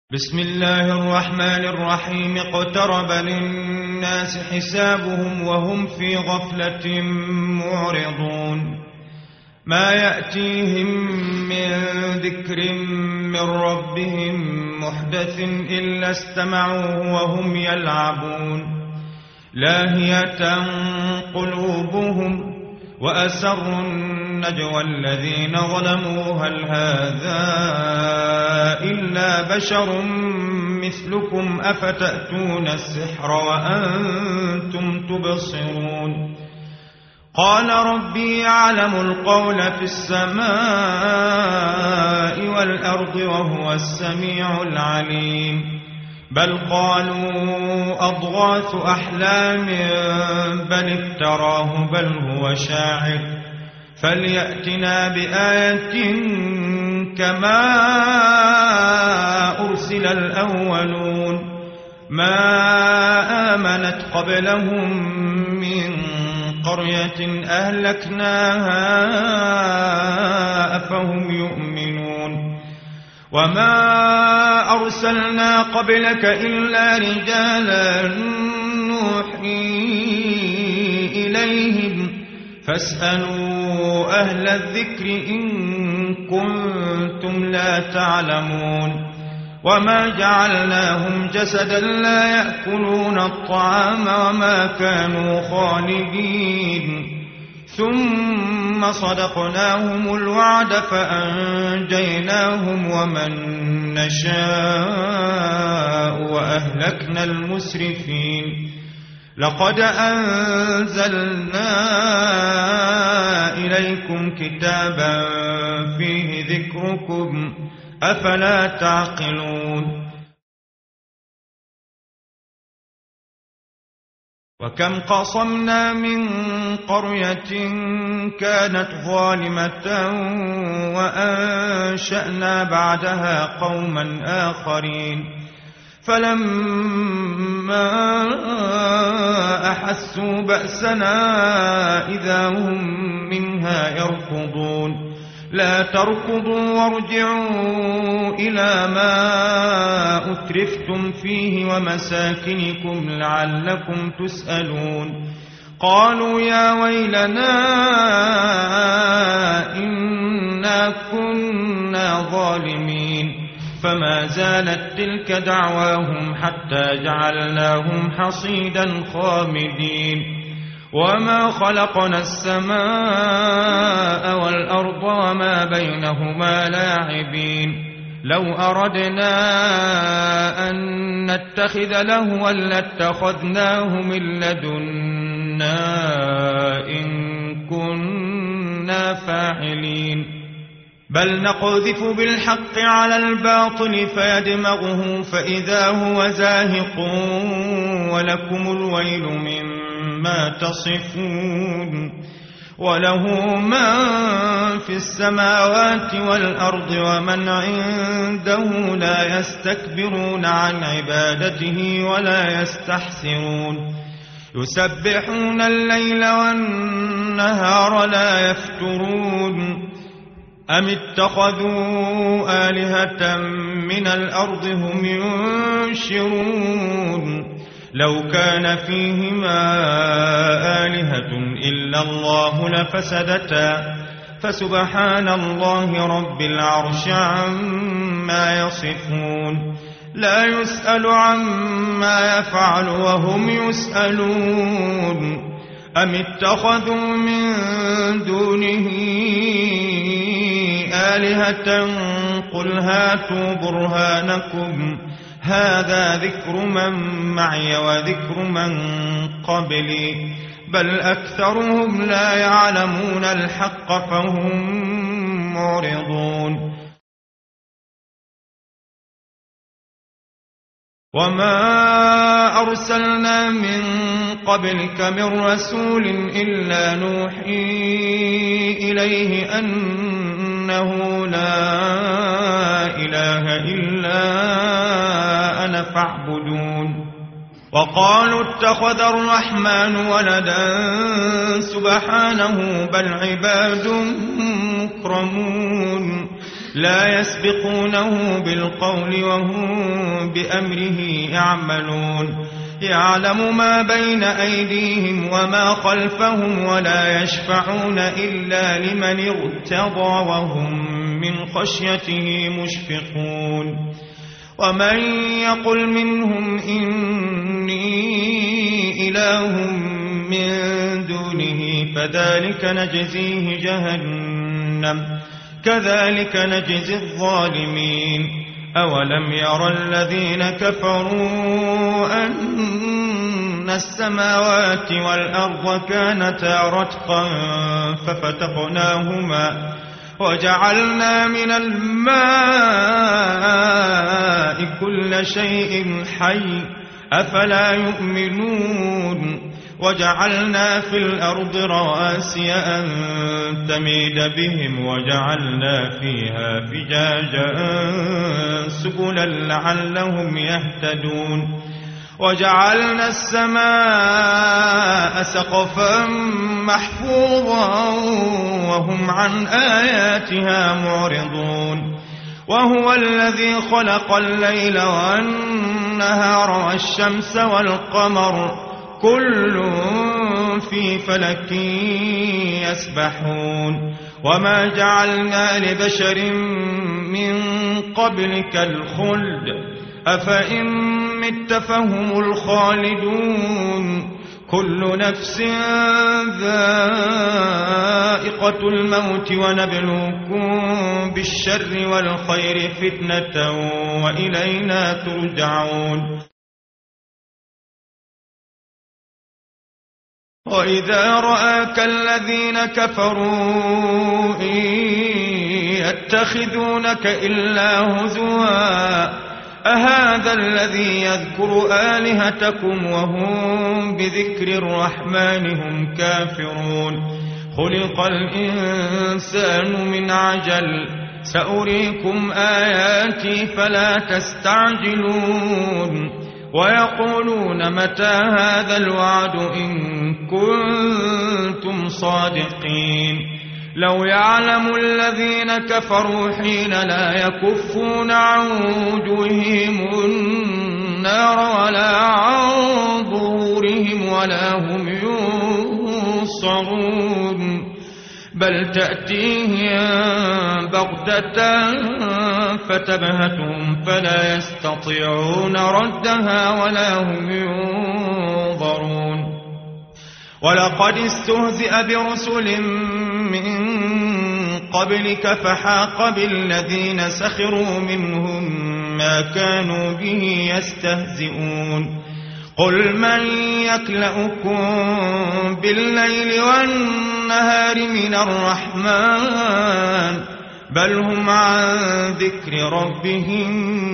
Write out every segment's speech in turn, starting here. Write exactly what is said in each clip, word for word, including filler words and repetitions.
بسم الله الرحمن الرحيم اقترب للناس حسابهم وهم في غفلة معرضون ما يأتيهم من ذكر من ربهم محدث إلا استمعوه وهم يلعبون لاهية قلوبهم وأسروا النجوى الذين ظلموا هل هذا إلا بشر مثلكم أفتأتون السحر وأنتم تبصرون قال ربي يعلم القول في السماء والأرض وهو السميع العليم بل قالوا أضغاث أحلام بل افتراه بل هو شاعر فليأتنا بآية كما أرسل الأولون ما آمنت قبلهم من قرية أهلكناها أفهم يؤمنون وما أرسلنا قبلك إلا رجالا نوحي إليهم فاسألوا أهل الذكر إن كنتم لا تعلمون وما جعلناهم جسدا لا يأكلون الطعام وما كانوا خالدين ثم صدقناهم الوعد فأنجيناهم ومن نشاء وأهلكنا المسرفين لقد أنزلنا إليكم كتابا فيه ذكركم أفلا تعقلون وكم قصمنا من قرية كانت ظالمة وأنشأنا بعدها قوما آخرين فلما أحسوا بأسنا إذا هم منها يركضون لا تركضوا وارجعوا إلى ما أترفتم فيه ومساكنكم لعلكم تسألون قالوا يا ويلنا إنا كنا ظالمين فما زالت تلك دعواهم حتى جعلناهم حصيدا خامدين وما خلقنا السماء والأرض وما بينهما لاعبين لو أردنا أن نتخذ لهوا لاتخذناه من لدنا إن كنا فاعلين بل نقذف بالحق على الباطل فيدمغه فإذا هو زاهق ولكم الويل مما تصفون وله من في السماوات والأرض ومن عنده لا يستكبرون عن عبادته ولا يستحسرون يسبحون الليل والنهار لا يفترون أم اتخذوا آلهة من الأرض هم ينشرون لو كان فيهما آلهة إلا الله لفسدتا فسبحان الله رب العرش عما يصفون لا يسأل عما يفعل وهم يسألون أم اتخذوا من دونه آلهة قل هاتوا برهانكم هذا ذكر من معي وذكر من قبلي بل أكثرهم لا يعلمون الحق فهم معرضون وما أرسلنا من قبلك من رسول إلا نوحي إليه أنه لا إله إلا أنا فاعبدون وقالوا اتخذ الرحمن ولدا سبحانه بل عباد مكرمون لا يسبقونه بالقول وهم بأمره يعملون يعلم ما بين أيديهم وما خلفهم ولا يشفعون إلا لمن ارتضى وهم من خشيته مشفقون ومن يقل منهم إني إله من دونه فذلك نجزيه جهنم كذلك نجزي الظالمين أولم يرى الذين كفروا أن السماوات والأرض كانتا رتقا ففتقناهما وجعلنا من الماء كل شيء حي أفلا يؤمنون وجعلنا في الأرض رواسي أن تميد بهم وجعلنا فيها فجاجا سبلا لعلهم يهتدون وجعلنا السماء سقفا محفوظا وهم عن آياتها معرضون وهو الذي خلق الليل والنهار والشمس والقمر كل في فلك يسبحون وما جعلنا لبشر من قبلك الخلد أفإن مت فهم الخالدون كل نفس ذائقة الموت ونبلوكم بالشر والخير فتنة وإلينا ترجعون وإذا رآك الذين كفروا إن يتخذونك إلا هزوا أهذا الذي يذكر آلهتكم وهم بذكر الرحمن هم كافرون خلق الإنسان من عجل سأريكم آياتي فلا تستعجلون ويقولون متى هذا الوعد إن كنتم صادقين لو يعلم الذين كفروا حين لا يكفون عن وجوههم النار ولا عن ظهورهم ولا هم ينصرون بل تأتيهم بغتة فتبهتهم فلا يستطيعون ردها ولا هم ينظرون ولقد استهزئ برسل من قبلك فحاق بالذين سخروا منهم ما كانوا به يستهزئون قل من يكلؤكم بالليل والنهار من الرحمن بل هم عن ذكر ربهم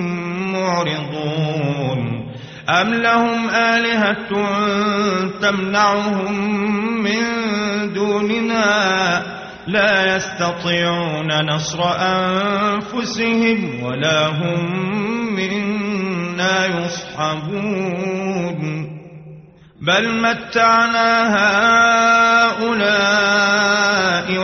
معرضون أم لهم آلهة تمنعهم من دوننا لا يستطيعون نصر أنفسهم ولا هم منا يصحبون بل متعنا هؤلاء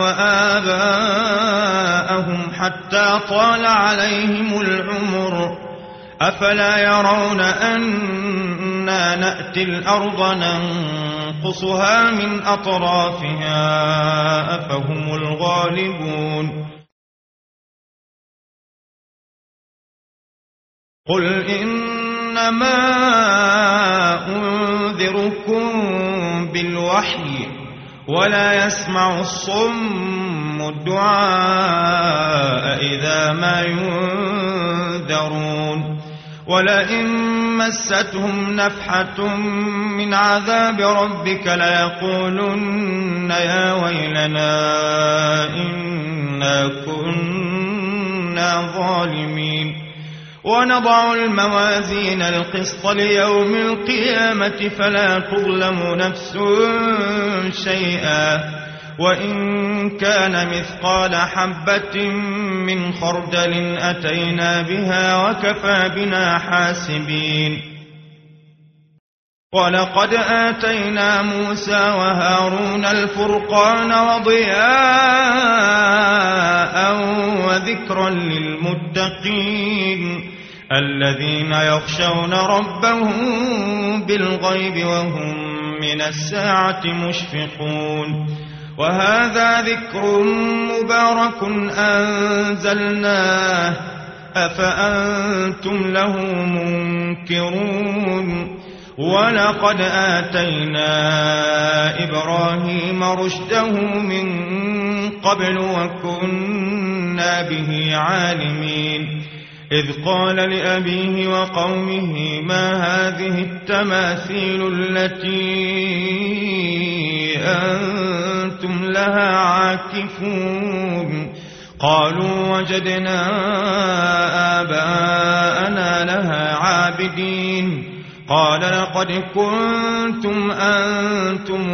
وآباءهم حتى طال عليهم العمر أفلا يرون أنا نأتي الأرض ننقصها من أطرافها أفهم الغالبون قل إنما أنذركم بالوحي ولا يسمع الصم الدعاء إذا ما ينذرون ولئن مستهم نفحة من عذاب ربك ليقولن يا ويلنا إنا كنا ظالمين ونضع الموازين القسط ليوم القيامة فلا تظلم نفس شيئا وإن كان مثقال حبة من خردل أتينا بها وكفى بنا حاسبين ولقد آتينا موسى وهارون الفرقان وضياء وذكرا للمتقين الذين يخشون ربهم بالغيب وهم من الساعة مشفقون. وهذا ذكر مبارك أنزلناه أفأنتم له منكرون. ولقد آتينا إبراهيم رشده من قبل وكنا به عالمين إذ قال لأبيه وقومه ما هذه التماثيل التي أنتم لها عاكفون قالوا وجدنا آباءنا لها عابدين قال لقد كنتم أنتم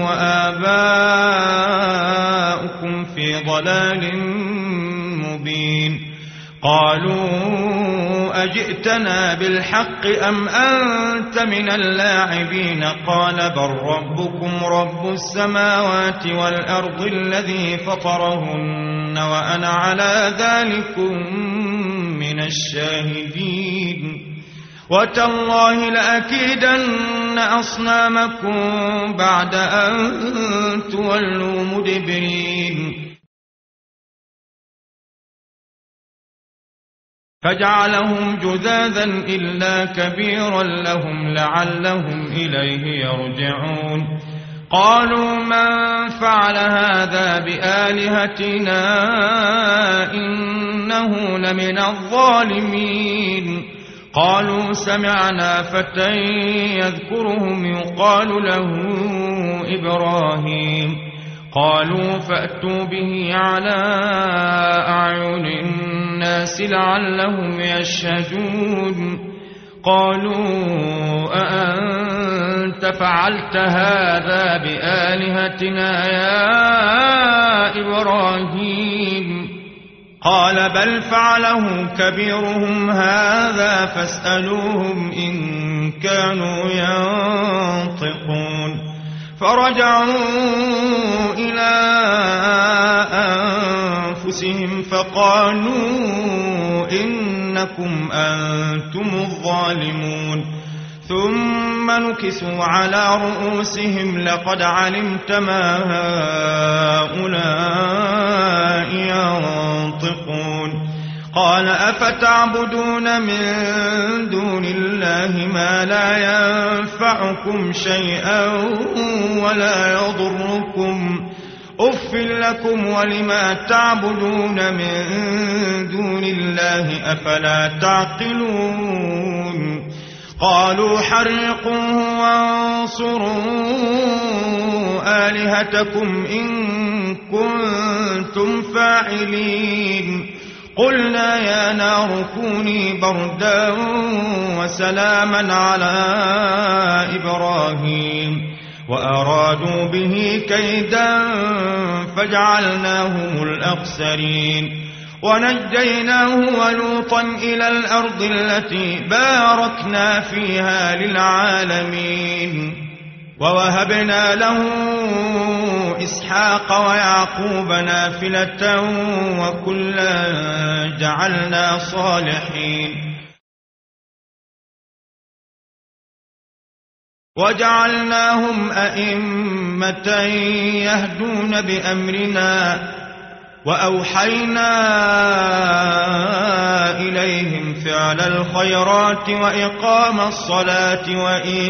وآباؤكم في ضلال مبين. قالوا أجئتنا بالحق أم أنت من اللاعبين قال بل ربكم رب السماوات والأرض الذي فطرهن وأنا على ذلكم من الشاهدين. وتالله لأكيدن أصنامكم بعد أن تولوا مدبرين. فجعلهم جذاذا إلا كبيرا لهم لعلهم إليه يرجعون. قالوا من فعل هذا بآلهتنا إنه لمن الظالمين. قالوا سمعنا فتى يذكرهم يقال له إبراهيم. قالوا فأتوا به على أعين الناس لعلهم يشهدون. قالوا أأنت فعلت هذا بآلهتنا يا إبراهيم قال بل فعله كبيرهم هذا فاسألوهم إن كانوا ينطقون. فرجعوا إلى أنفسهم فقالوا إنكم أنتم الظالمون. ثم نكسوا على رؤوسهم لقد علمت ما هؤلاء ينطقون. قال أفتعبدون من دون الله ما لا ينفعكم شيئا ولا يضركم أف لكم ولما تعبدون من دون الله أفلا تعقلون. قالوا حرقوه وانصروا آلهتكم إن كنتم فاعلين. قلنا يا نار كوني بردا وسلاما على إبراهيم وأرادوا به كيدا فجعلناهم الأخسرين. ونجيناه ولوطا إلى الأرض التي باركنا فيها للعالمين. ووهبنا له إسحاق ويعقوب نافلة وكلا جعلنا صالحين. وجعلناهم أئمة يهدون بأمرنا وأوحينا إليهم فعل الخيرات وإقام الصلاة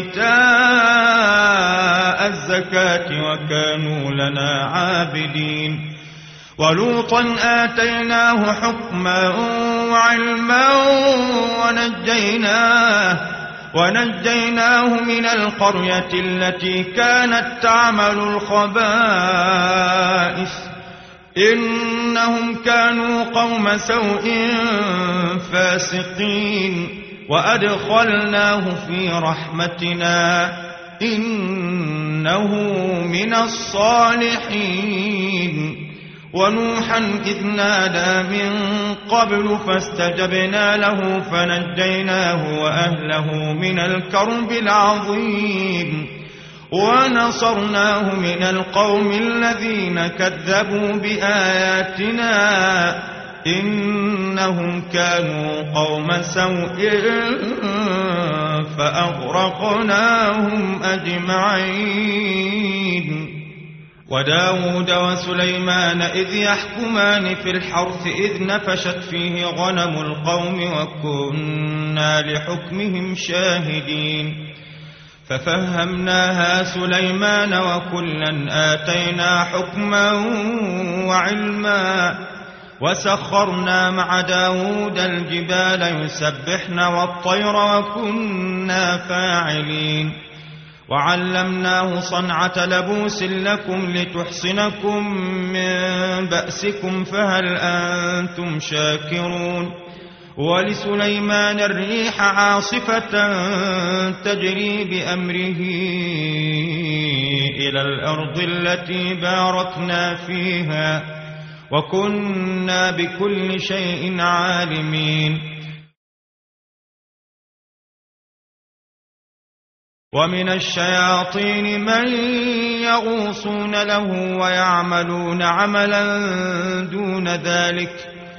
وإيتاء الزكاة وكانوا لنا عابدين. ولوطا آتيناه حكما وعلما ونجيناه ونجيناه من القرية التي كانت تعمل الخبائث إنهم كانوا قوم سوء فاسقين. وأدخلناه في رحمتنا إنه من الصالحين. ونوحا إذ نادى من قبل فاستجبنا له فنجيناه وأهله من الكرب العظيم ونصرناه من القوم الذين كذبوا بآياتنا إنهم كانوا قوم سوء فأغرقناهم أجمعين. وداود وسليمان إذ يحكمان في الحرث إذ نفشت فيه غنم القوم وكنا لحكمهم شاهدين ففهمناها سليمان وكلا آتينا حكما وعلما وسخرنا مع داود الجبال يسبحن والطير وكنا فاعلين وعلمناه صنعة لبوس لكم لتحصنكم من بأسكم فهل أنتم شاكرون. ولسليمان الريح عاصفة تجري بأمره إلى الأرض التي باركنا فيها وكنا بكل شيء عالمين. ومن الشياطين من يغوصون له ويعملون عملا دون ذلك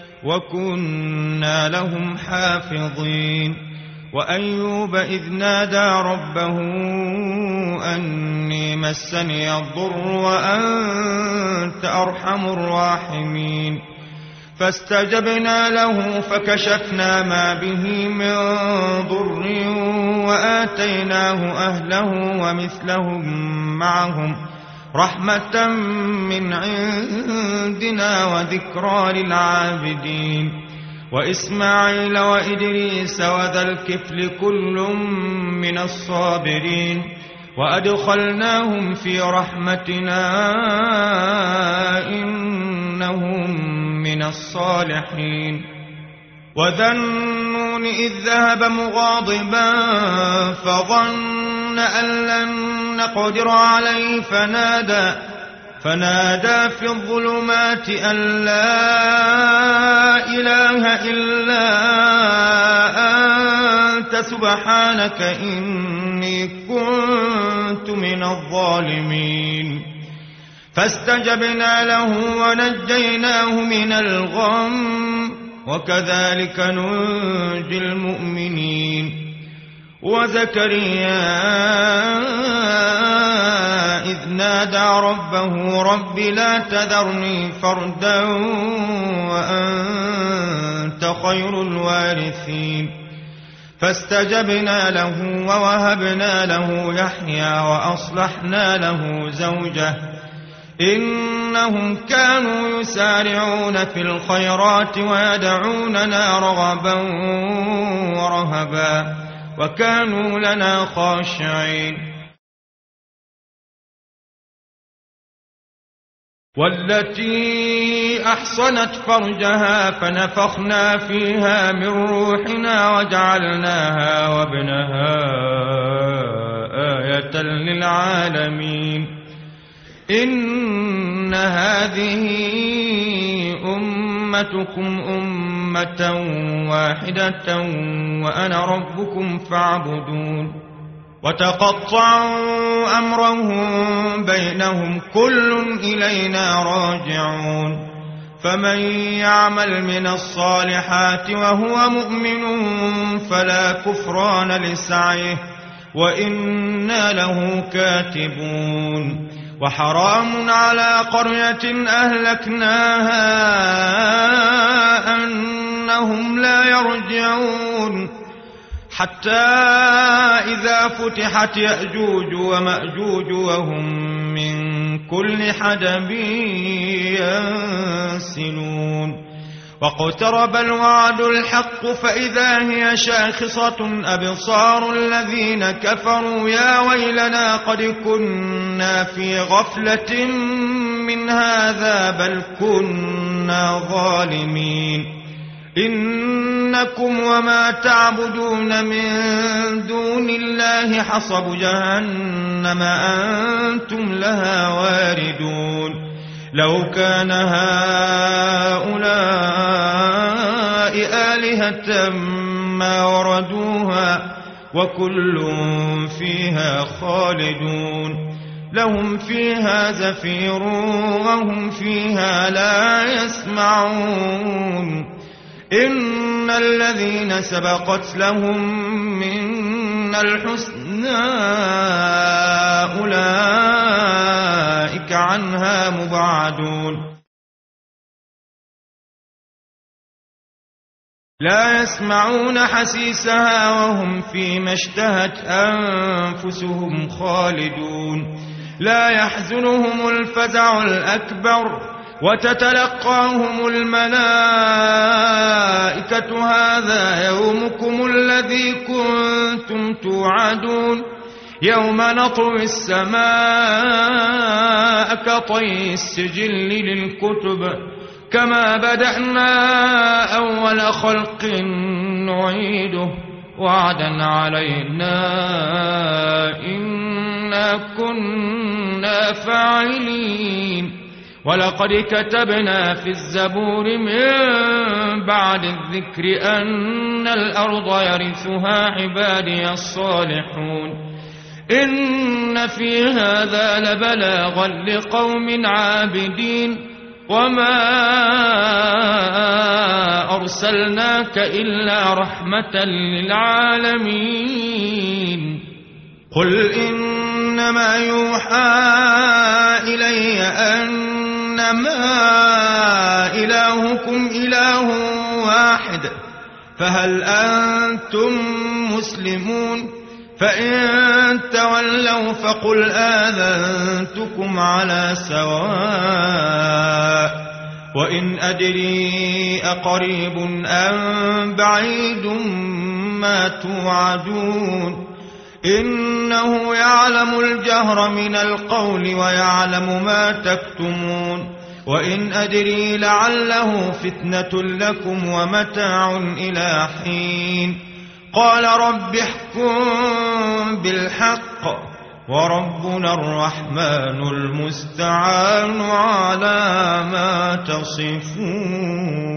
وكنا لهم حافظين. وأيوب إذ نادى ربه أني مسني الضر وأنت أرحم الراحمين فاستجبنا له فكشفنا ما به من ضر وآتيناه أهله ومثلهم معهم رحمة من عندنا وذكرى للعابدين. وإسماعيل وإدريس وذا الكفل كل من الصابرين وأدخلناهم في رحمتنا إنهم من الصالحين. وذا النون إذ ذهب مغاضبا فظن أن لن نقدر عليه فنادى فنادى في الظلمات أن لا إله إلا أنت سبحانك إني كنت من الظالمين فاستجبنا له ونجيناه من الغم وكذلك ننجي المؤمنين. وزكريا إذ نادى ربه رب لا تذرني فردا وأنت خير الوارثين فاستجبنا له ووهبنا له يحيى وأصلحنا له زوجه إنهم كانوا يسارعون في الخيرات ويدعوننا رغبا ورهبا وكانوا لنا خاشعين. والتي أحصنت فرجها فنفخنا فيها من روحنا وجعلناها وابنها آية للعالمين. إن هذه أمتكم أمة واحدة وأنا ربكم فاعبدون. وتقطعوا أمرهم بينهم كل إلينا راجعون. فمن يعمل من الصالحات وهو مؤمن فلا كفران لسعيه وإنا له كاتبون. وحرام على قرية أهلكناها أنهم لا يرجعون حتى إذا فتحت يأجوج ومأجوج وهم من كل حدب ينسلون. واقترب الوعد الحق فإذا هي شاخصة أبصار الذين كفروا يا ويلنا قد كنا في غفلة من هذا بل كنا ظالمين. إنكم وما تعبدون من دون الله حصب جهنم أنتم لها واردون. لو كان هؤلاء آلهة ما وردوها وكل فيها خالدون لهم فيها زفير وهم فيها لا يسمعون إن الذين سبقت لهم منا الحسنى أولئك عنها مبعدون لا يسمعون حسيسها وهم فيما اشتهت أنفسهم خالدون لا يحزنهم الفزع الأكبر وتتلقاهم الملائكة هذا يومكم الذي كنتم توعدون يوم نطوي السماء كطي السجل للكتب كما بدأنا أول خلق نعيده وعدا علينا إنا كنا فاعلين ولقد كتبنا في الزبور من بعد الذكر أن الأرض يرثها عبادي الصالحون إن في هذا لبلاغا لقوم عابدين وما أرسلناك إلا رحمة للعالمين قل إنما يوحى إلي أنما إلهكم إله واحد فهل أنتم مسلمون فإن تولوا فقل آذنتكم على سواء وإن أدري أقريب أم بعيد ما توعدون إنه يعلم الجهر من القول ويعلم ما تكتمون وإن أدري لعله فتنة لكم ومتاع إلى حين قال رب احكم بالحق وربنا الرحمن المستعان على ما تصفون.